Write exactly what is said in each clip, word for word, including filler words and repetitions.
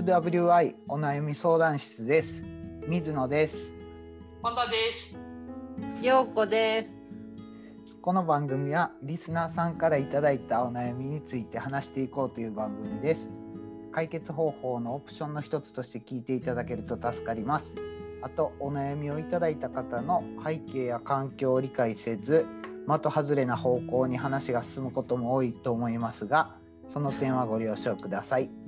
ダブリューアイ お悩み相談室です。水野です。 本田です。 ようこです。 この番組はリスナーさんからいただいたお悩みについて話していこうという番組です。解決方法のオプションの一つとして聞いていただけると助かります。あと、お悩みをいただいた方の背景や環境を理解せず、的外れな方向に話が進むことも多いと思いますが、その点はご了承ください。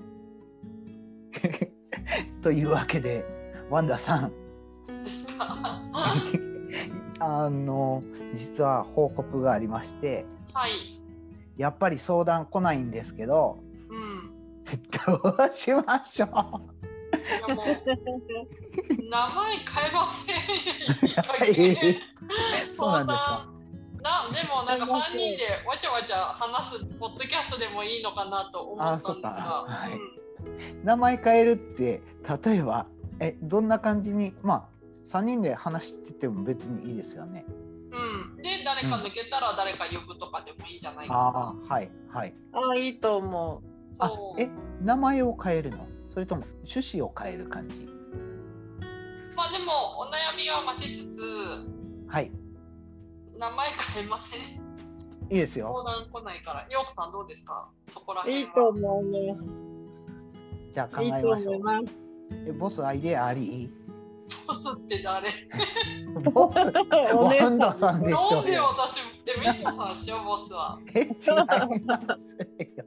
というわけで、ワンダさんですかあの実は報告がありまして、 はい。 やっぱり相談来ないんですけど、 うん。 どうしましょう。 いやもう名前変えません。 はい、そうなんですか。 なでもなんかさんにんでわちゃわちゃ話すポッドキャストでもいいのかなと思ったんですが、 はい、 うん、 名前変えるって例えばえどんな感じに、まあさんにんで話してても別にいいですよね。 うん、で誰か抜けたら誰か呼ぶとかでもいいんじゃないかな。 ああ、はいはい。 ああ、いいと思う。 そうえ名前を変えるの？それとも趣旨を変える感じ？ まあでもお悩みは待ちつつ、 はい。 名前変えません。いいいですよ。 相談来ないから。ようこさんどうですか？そこら辺は。 いいと思います。 じゃあ考えましょう。えボスアイデアあり？ ボスって誰？ ボスワンダさんでしょ。 なんで私えミスターさんしようボスは。 え違いますよ。 っていう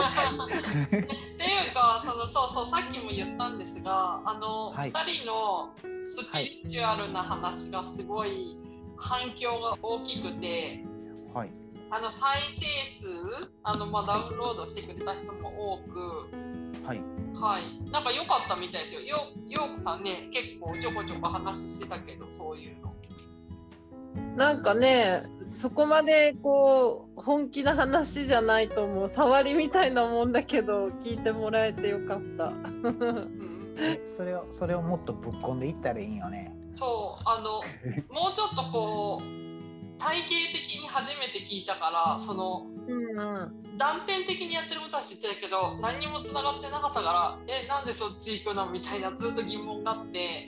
かそのそうそうさっきも言ったんですがあの、はい、ふたりのスピリチュアルな話がすごい反響が大きくて、 はい、 あの再生数あの、まあ、ダウンロードしてくれた人も多く、 はいはい、なんか良かったみたいですよ。ようこさんね結構ちょこちょこ話してたけどそういうのなんかねそこまでこう本気な話じゃないと思う。触りみたいなもんだけど聞いてもらえてよかった。 えそれをそれをもっとぶっこんでいったらいいんよね。 そうあのもうちょっとこう体系的に初めて聞いたからその、うんうん、断片的にやってることは知ってるけど何にもつながってなかったからえなんでそっち行くのみたいなずっと疑問があって、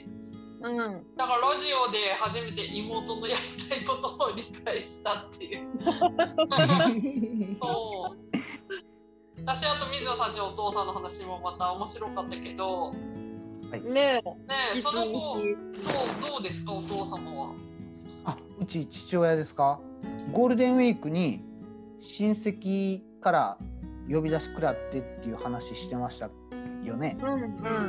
うん、だからラジオで初めて妹のやりたいことを理解したっていうそう私あと水野さんちのお父さんの話もまた面白かったけど、はい、ねえねえその後そうどうですかお父様は。 あ、うち父親ですか。ゴールデンウィークに親戚から呼び出し食らってっていう話してましたよね。うんうん、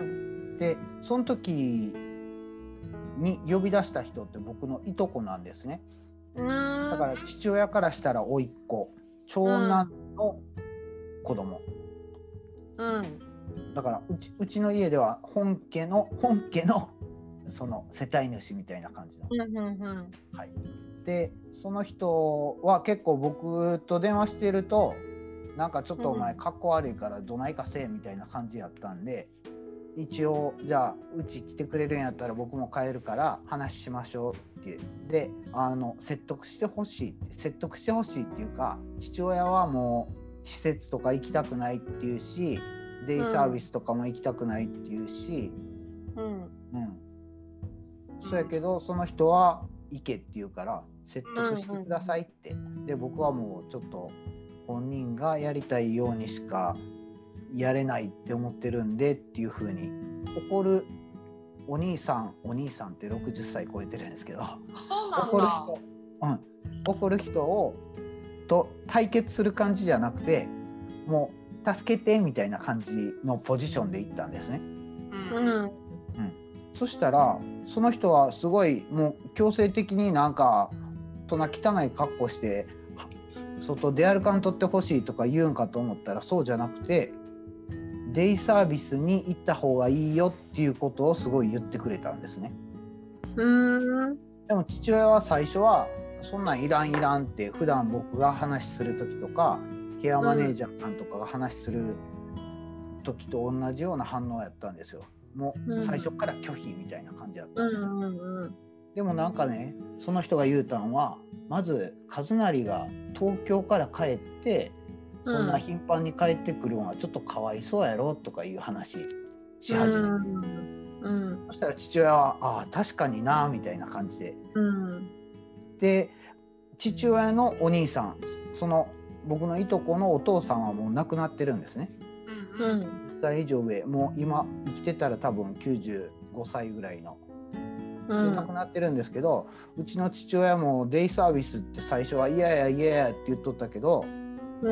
でその時に呼び出した人って僕のいとこなんですね。だから父親からしたら甥っ子長男の子供、うん、だからうち、うちの家では本家の本家のその世帯主みたいな感じの、うんうんうん、はい、でその人は結構僕と電話しているとなんかちょっとお前かっこ悪いからどないかせえみたいな感じやったんで、一応じゃあうち来てくれるんやったら僕も帰るから話しましょうってであの説得してほしいって説得してほしいっていうか父親はもう施設とか行きたくないっていうしデイサービスとかも行きたくないっていうし、うんうんそうやけどその人は行けって言うから説得してくださいって、うんうん、で僕はもうちょっと本人がやりたいようにしかやれないって思ってるんでっていう風に怒るお兄さんお兄さんってろくじゅっさい超えてるんですけどそうなんだ怒る人、うん、怒る人をと対決する感じじゃなくてもう助けてみたいな感じのポジションで行ったんですね、うんうん、そしたらその人はすごいもう強制的になんかそんな汚い格好して外出歩かんとってほしいとか言うんかと思ったらそうじゃなくてデイサービスに行った方がいいよっていうことをすごい言ってくれたんですね。うーんでも父親は最初はそんなんいらんいらんって普段僕が話する時とかケアマネージャーさんとかが話する時と同じような反応やったんですよ。もう最初から拒否みたいな感じだったんです、うんうんうん、でもなんかねその人が言うたんはまず和成が東京から帰ってそんな頻繁に帰ってくるのはちょっとかわいそうやろとかいう話し始めて、 うんうん、 そしたら父親はああ確かになみたいな感じで、うん、で父親のお兄さん、その僕のいとこのお父さんはもう亡くなってるんですね、うんうん、いっさい以上上、もう今生きてたら多分きゅうじゅうごさいぐらいの、うん、亡くなってるんですけど、うちの父親もデイサービスって最初は嫌や嫌やって言っとったけど、うん、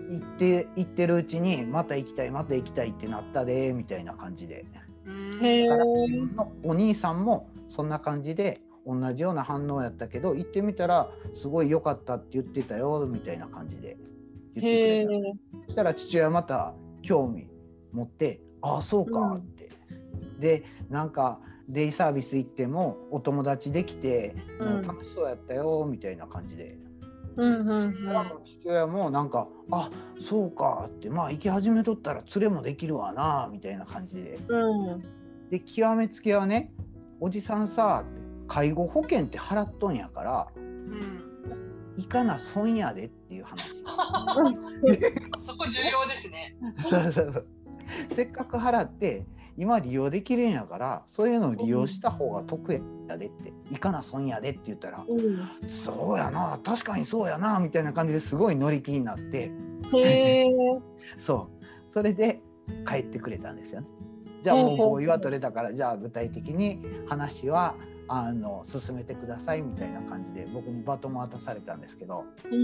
行って行ってるうちにまた行きたいまた行きたいってなったでみたいな感じで、へー、だから自分のお兄さんもそんな感じで同じような反応やったけど、行ってみたらすごい良かったって言ってたよみたいな感じで言ってくれた。そしたら父親また興味持って、ああそうかって、うん、でなんかデイサービス行ってもお友達できて、うん、もう楽しそうやったよみたいな感じで、うんうんうん、父親もなんかあそうかって、まあ行き始めとったら連れもできるわなみたいな感じで、うん、で極めつけはね、おじさんさ介護保険って払っとんやから、うん、行かな損やでっていう話そこ重要ですねそうそうそう、せっかく払って今利用できるんやから、そういうのを利用した方が得やでって、行かな損やでって言ったら、うん、そうやな確かにそうやなみたいな感じですごい乗り気になって、へそうそれで帰ってくれたんですよね。じゃあもう合意は取れたから、じゃあ具体的に話はあの進めてくださいみたいな感じで僕にバトンを渡されたんですけど、うん、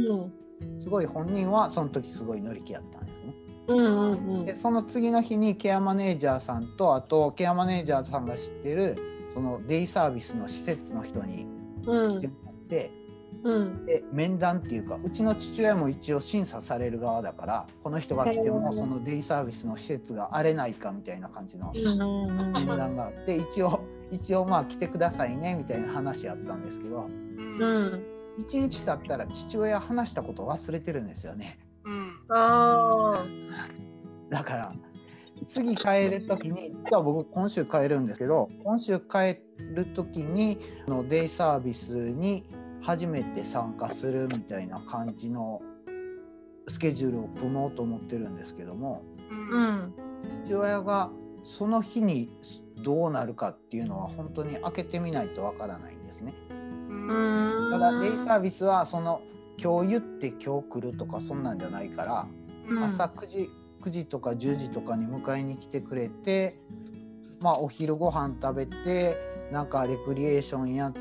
すごい本人はその時すごい乗り気やったんですね。うんうんうん、でその次の日にケアマネージャーさんと、あとケアマネージャーさんが知ってるそのデイサービスの施設の人に来てもらって、うん、で面談っていうか、うちの父親も一応審査される側だから、この人が来てもそのデイサービスの施設が荒れないかみたいな感じの面談があって、一応一応まあ来てくださいねみたいな話あったんですけど、うん、いちにち経ったら父親話したこと忘れてるんですよね。うん、あだから次帰る時に、じゃあ僕今週帰るんですけど、今週帰る時にのデイサービスに初めて参加するみたいな感じのスケジュールを組もうと思ってるんですけども、うん、父親がその日にどうなるかっていうのは本当に開けてみないとわからないんですね。うんただデイサービスはその今日言って今日来るとかそんなんじゃないから、うん、朝くじ、くじとかじゅうじとかに迎えに来てくれて、まあお昼ご飯食べて、なんかレクリエーションやって、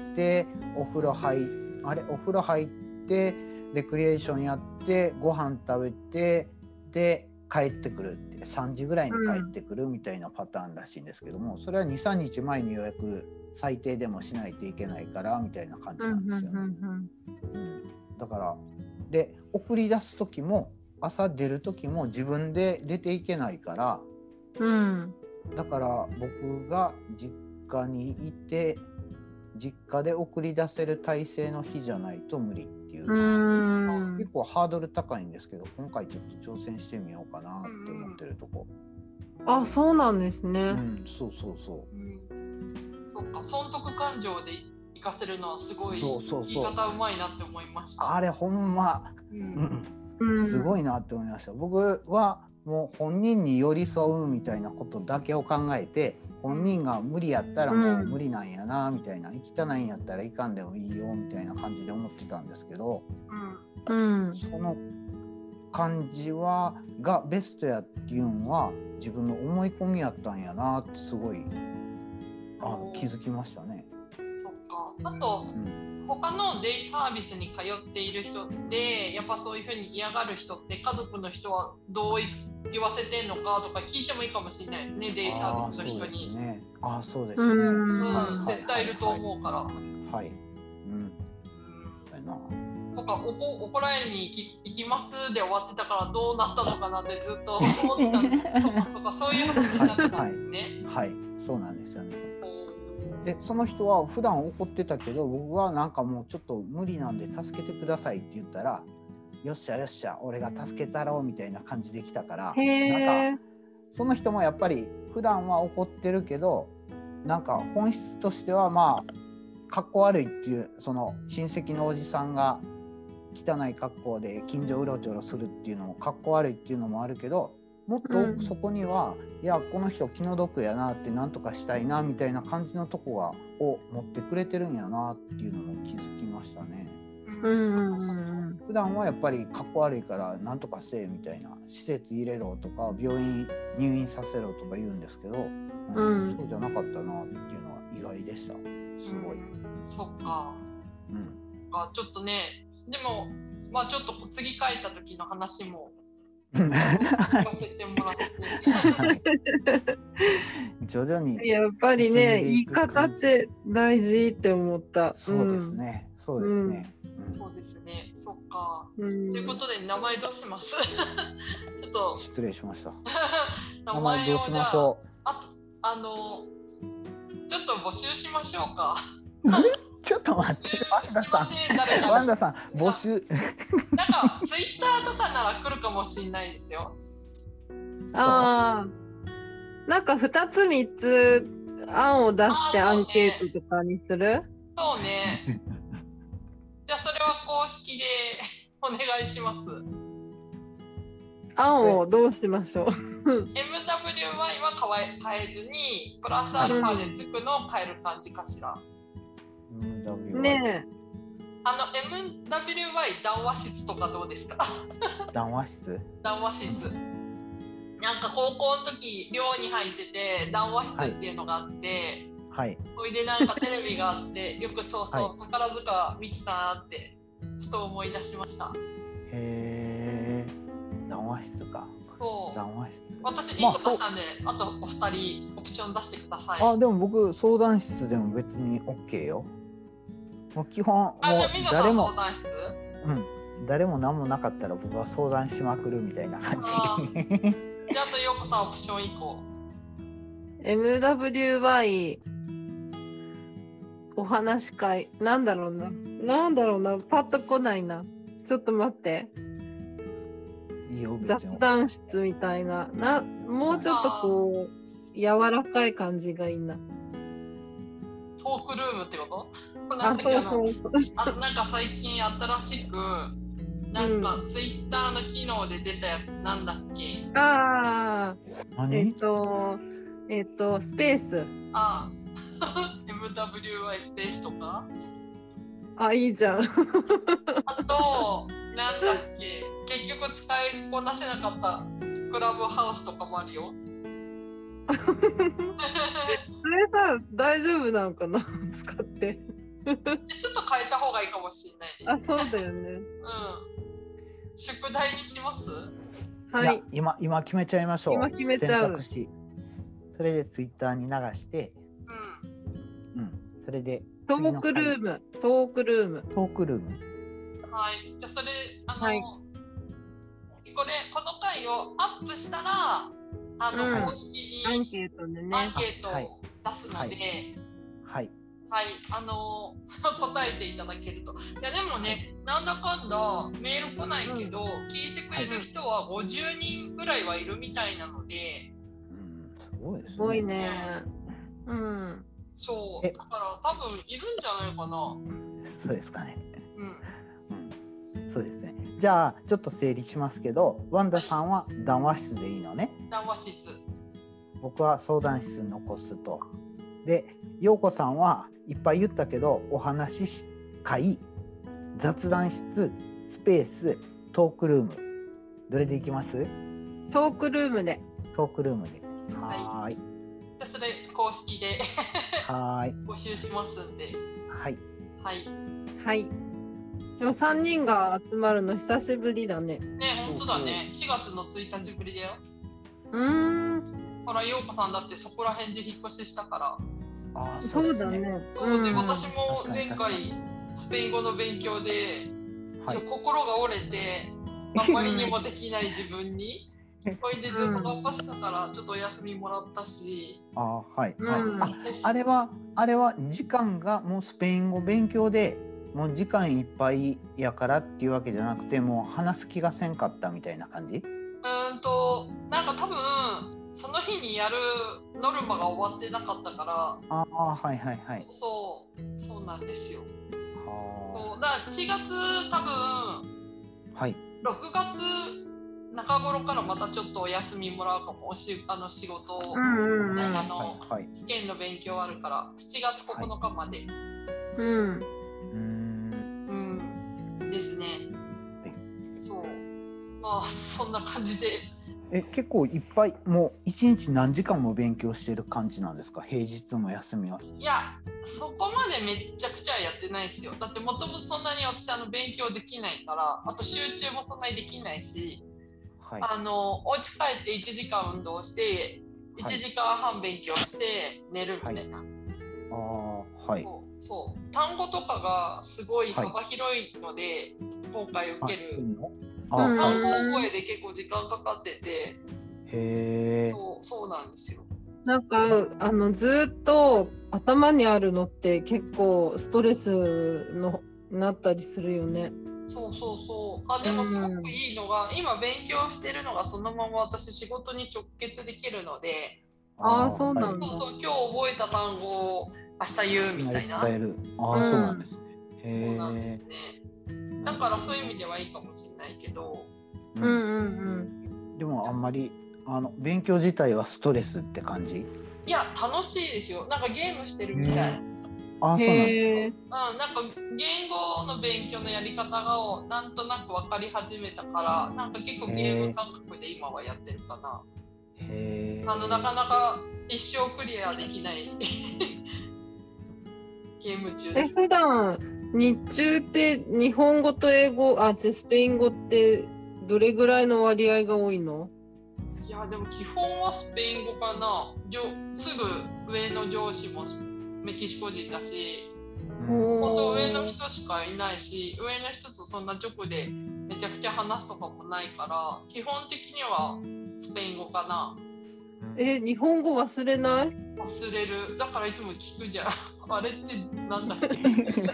お風呂入あれお風呂入ってレクリエーションやってご飯食べて、で帰ってくるってさんじぐらいに帰ってくるみたいなパターンらしいんですけども、それは にさんにちまえに予約最低でもしないといけないからみたいな感じなんですよね。うん、だからで送り出す時も朝出る時も自分で出ていけないから、うん、だから僕が実家にいて実家で送り出せる体制の日じゃないと無理っていう、うん結構ハードル高いんですけど、今回ちょっと挑戦してみようかなって思ってるとこ。 あ、そうなんですね。 うん、そうそうそう。 うん、そっか、損得感情で活かせるのはすごい言い方うまいなって思いました。 あれほんま、うんうん、すごいなって思いました。僕はもう本人に寄り添うみたいなことだけを考えて、本人が無理やったらもう無理なんやなみたいな、行きたないんやったら行かんでもいいよみたいな感じで思ってたんですけど、うん、その感じはがベストやっていうのは自分の思い込みやったんやなってすごいあ気づきましたね。 そっか。あと、うん他のデイサービスに通っている人でやっぱそういうふうに嫌がる人って家族の人はどう言わせてんのかとか聞いてもいいかもしれないですね、デイサービスの人に。 ああそうですね。ああそうですね。 うん、絶対いると思うから。はい。はい、うん。そうやな。とかおこ怒られに行き、行きますで終わってたからどうなったのかなってずっと思ってたんですけど、そうかそうかそういう話になってたんですね。 はい、はい、そうなんですよね。でその人は普段怒ってたけど、僕はなんかもうちょっと無理なんで助けてくださいって言ったら、よっしゃよっしゃ俺が助けたろうみたいな感じで来たから、なんかその人もやっぱり普段は怒ってるけど、なんか本質としてはまあかっこ悪いっていう、その親戚のおじさんが汚い格好で近所うろちょろするっていうのもかっこ悪いっていうのもあるけど、 もっとそこには、うん、いやこの人気の毒やなってなんとかしたいなみたいな感じのとこがを持ってくれてるんやなっていうのも気づきましたね。 うんうん、 普段はやっぱりかっこ悪いからなんとかせえみたいな、施設入れろとか病院入院させろとか言うんですけど、うん、そうじゃなかったなっていうのは意外でした。すごい、うん、 そっか、 うん、 あちょっとね、でもまあちょっと次帰った時の話も聞かせてもらってはい、 徐々にやっぱりね言い方って大事って思った。 そうですね、うん、そうですね、 うん、そうですね、そっか、うん、ということで名前どうしますちょっと失礼しました名前どうしましょう。あとあのちょっと募集しましょうかちょっと待って、ワンダさん、ワンダさん、募集。 なんかツイッターとかなら来るかもしれないですよ。 ああ、なんかふたつみっつ案を出してアンケートとかにする？ そうね。じゃあそれは公式でお願いします。 案をどうしましょう。エムダブリューワイ は変えずにプラスアルファでつくのを変える感じかしら。 ねえ、 あの エムダブリューワイ 談話室とかどうですか？ 談話室？ 談話室。なんか高校の時寮に入ってて談話室っていうのがあって、はい。それでなんかテレビがあってよくそうそう、はい、宝塚見てたなってふと思い出しました。 へー、談話室か。 そう。 談話室。 私いっこ出したんで、まあ、あとお二人オプション出してください。 あ、でも僕相談室でも別に OK よ。もう基本もう誰も、うん、誰も何もなかったら僕は相談しまくるみたいな感じ。 じゃああとようこさんオプションいっこ。 エムダブリューワイ お話し会なんだろうな、なんだろうな、パッと来ないな。ちょっと待って。 いいよ、 雑談室みたいな、な、もうちょっとこう柔らかい感じがいいな。 トークルームってこと？なんだっけ、あの、あ、なんか最近新しくなんかツイッターの機能で出たやつなんだっけ？ ああ、えっとえっとスペース。 ああ、エムダブリューワイ スペースとか？ あ、いいじゃん。 あとなんだっけ？結局使いこなせなかったクラブハウスとかもあるよ。 それさ大丈夫なのかな使ってちょっと変えた方がいいかもしれない、 ね、あ、そうだよね。うん。 宿題にします？ はい。 いや、今今決めちゃいましょう。 今決めちゃう。選択肢。それでツイッターに流して、うん。うん。それでトークルーム、トークルーム、 トークルーム。 はい。じゃあそれあの、はい、これこの回をアップしたら。あの、うん、公式にアンケートでね、 アンケートを出すので、はい、 はい、 はい、あの答えていただけると。いやでもね、なんだかんだメール来ないけど、うん、聞いてくれる人はごじゅうにんぐらいはいるみたいなので、 うん、すごいですね。 すごいね。うん。 そう、だから多分いるんじゃないかな。 そうですかね。 うん。 うん、そうですね。じゃあちょっと整理しますけど、ワンダさんは談話室でいいのね。 談話室。 僕は相談室残すと。で、陽子さんはいっぱい言ったけど、お話し会、雑談室、スペース、トークルーム、どれでいきます？ トークルームで。 トークルームで。はーい。 じゃあそれ公式ではーい。 募集しますんで。 はい。 はい。 はい。でもさんにんが集まるの久しぶりだね。 ね、本当だね。しがつのついたちぶりだよ。 うーん。 ほら、陽子さんだってそこら辺で引っ越ししたから。 あ、そうだね。 そうで、私も前回スペイン語の勉強で、はい、心が折れてあんまりにもできない自分にそれでずっと頑張ってたからちょっとお休みもらったし。 あ、はい、はい、うん、あ、あれはあれは時間がもうスペイン語勉強でもう時間いっぱいやからっていうわけじゃなくて、もう話す気がせんかったみたいな感じ？ うんとなんか多分その日にやるノルマが終わってなかったから。 ああ、はいはいはい。 そうそうそうなんですよ。そうだからしちがつ多分、 はい、 ろくがつ中頃からまたちょっとお休みもらうかも。おしあの仕事、 うんうん、 あの、 はいはい、 試験の勉強あるからしちがつここのかまで、 はい、うん、 うん、ですね、はい、そう、まあそんな感じで。 え結構いっぱい、もう一日何時間も勉強してる感じなんですか、平日も休みは。 いや、そこまでめっちゃくちゃやってないですよ。だってもともとそんなに私あの勉強できないから、あと集中もそんなにできないし、はい、あのお家帰っていちじかん運動していちじかんはん勉強して寝るみたいな、はい、 ああ、はい、 そうそう、単語とかがすごい幅広いので、はい、今回受ける単語覚えで結構時間かかってて、 へー、 そう、そうなんですよ。 なんかあのずっと頭にあるのって結構ストレスのなったりするよね。 そうそうそう。あ、でもすごくいいのが、うん、今勉強してるのがそのまま私仕事に直結できるので。 ああ、そうなんだ。 そうそう、今日覚えた単語を明日言うみたいな。 伝える。ああ、そうなんですね。 そうなんですね。だからそういう意味ではいいかもしれないけど。 うんうんうん。 でもあんまりあの勉強自体はストレスって感じ？ いや、楽しいですよ。なんかゲームしてるみたい。 ああ、そうなんですか。うん、なんか言語の勉強のやり方がなんとなく分かり始めたから、なんか結構ゲーム感覚で今はやってるかな。へー、あのなかなか一生クリアできないゲーム中です。 え、普段日中って日本語と英語、あ、スペイン語ってどれぐらいの割合が多いの？ いや、でも基本はスペイン語かな。すぐ上の上司もメキシコ人だし、ほんと上の人しかいないし、上の人とそんな直でめちゃくちゃ話すとかもないから、基本的にはスペイン語かな。 え、日本語忘れない？ 忘れる。だからいつも聞くじゃん。あれってなんだっけそうそう。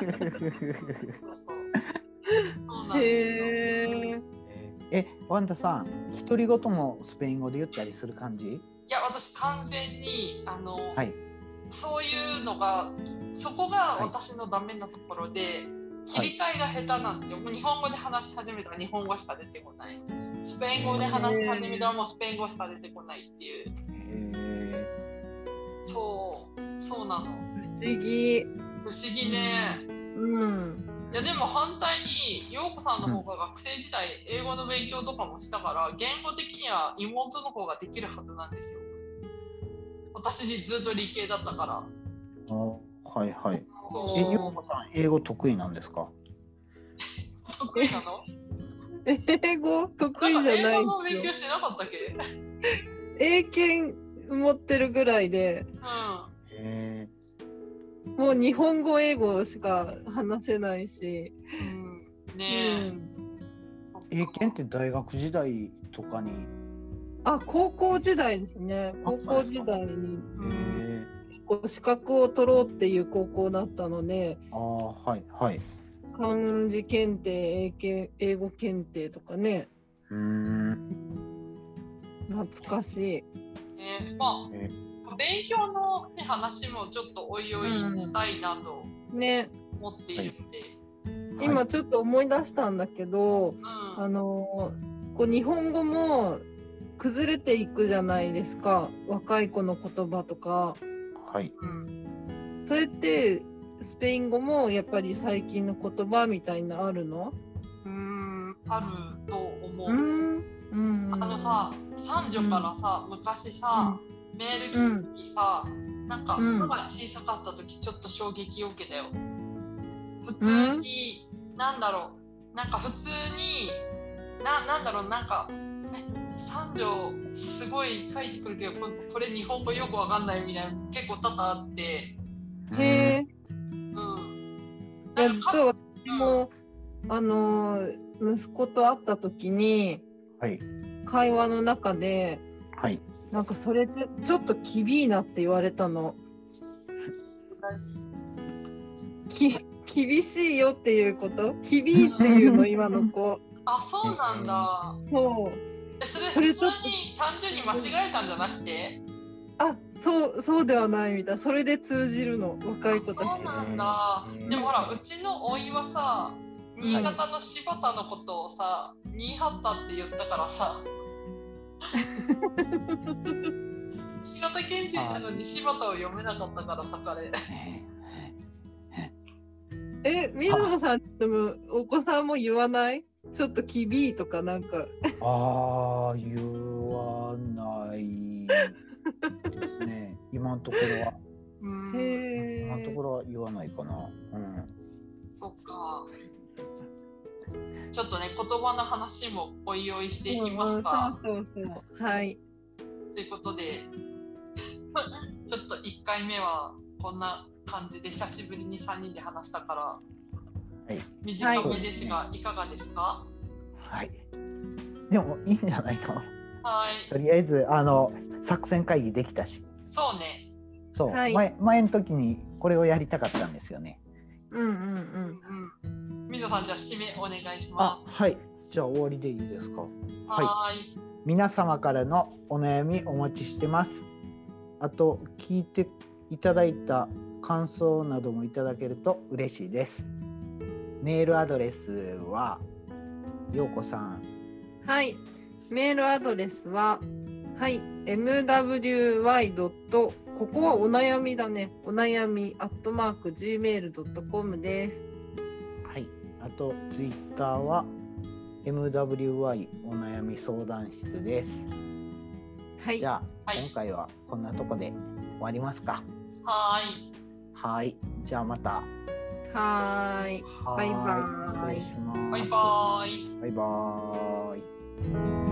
そうなんですよ。 え、ワンダさん、独り言もスペイン語で言ったりする感じ？ いや、私完全にあの、 はい、そういうのが、そこが私のダメなところで、はい、切り替えが下手なんですよ。もう日本語で話し始めたら日本語しか出てこない。スペイン語で話し始めたらもうスペイン語しか出てこないっていう。そう、そうなの。不思議。 不思議ね。うん。いやでも反対に陽子さんの方が学生時代英語の勉強とかもしたから、言語的には妹の方ができるはずなんですよ。私ずっと理系だったから。 あ、はいはい。え、陽子さん英語得意なんですか？ 得意なの？ 英語得意じゃない。 英語の勉強してなかったっけ？ 英検持ってるぐらいで。うん。へー。もう日本語英語しか話せないし、うん、ねえ、 うん、英検って大学時代とかに？ あ、高校時代ですね。高校時代に、うん、資格を取ろうっていう高校だったので、 あ、はいはい、 漢字検定、英検、英語検定とかね。うーん、懐かしい。 ね、まあ、えー勉強の、ね、話もちょっとおいおいしたいなと思っているので、 うんね、今ちょっと思い出したんだけど、うん、あのこう日本語も崩れていくじゃないですか、若い子の言葉とか、はい、うん、それってスペイン語もやっぱり最近の言葉みたいなあるの？ うーん、あると思う。うん、うん、あのさ、三女からさ、うん、昔さ、うんメール来た時さ、うん、なんか歯が小さかった時ちょっと衝撃を受けたよ。普通に、うん、なんだろう、なんか普通にな、なんだろう、なんかえ三条すごい書いてくるけどこれ、これ日本語よくわかんないみたいな結構多々あって。へえ。うん。いや実は私も、うん、あの息子と会った時に、はい、会話の中で、はい。なんかそれでちょっときびいなって言われたの。き厳しいよっていうこと？きびいっていうの今の子。 あ、そうなんだ。そう。え、それ普通に単純に間違えたんじゃなくて？ あ、そうそうではないみたい。それで通じるの若い子たち。 そうなんだ。でもほらうちのおいはさ、 新潟の柴田のことをさ、新潟って言ったからさ新潟県人なのに柴田を読めなかったからさ、彼え、水野さんでもお子さんも言わない？ちょっときびーとかなんかああ、言わないですね今のところは。 うん、 今のところは言わないかな。うん、 そっか。ちょっとね、言葉の話もおいおいしていきますか。 そうそうそう、はい。 ということでちょっといっかいめはこんな感じで久しぶりにさんにんで話したから、はい、短めですが、はい、いかがですか？ はい。でもいいんじゃないかな。 はい。 とりあえずあの作戦会議できたし。 そうね。 そう、はい、前, 前の時にこれをやりたかったんですよね。 うんうんうんうん。水野さん、じゃあ締めお願いします。 あ、はい。じゃあ終わりでいいですか？ はい。 皆様からのお悩みお待ちしてます。あと聞いていただいた感想などもいただけると嬉しいです。メールアドレスはようこさん。 はい。メールアドレスははい エムダブリューワイ ここはお悩みだね。お悩みアットマーク ジーメールドットコム です。 はい。あとツイッターは エムダブリューワイ お悩み相談室です。はい。じゃあ、はい、今回はこんなとこで終わりますか。 はい。 はい。じゃあまた。 はい。バイバイ。 失礼します。 バイバイ。 バイバイ。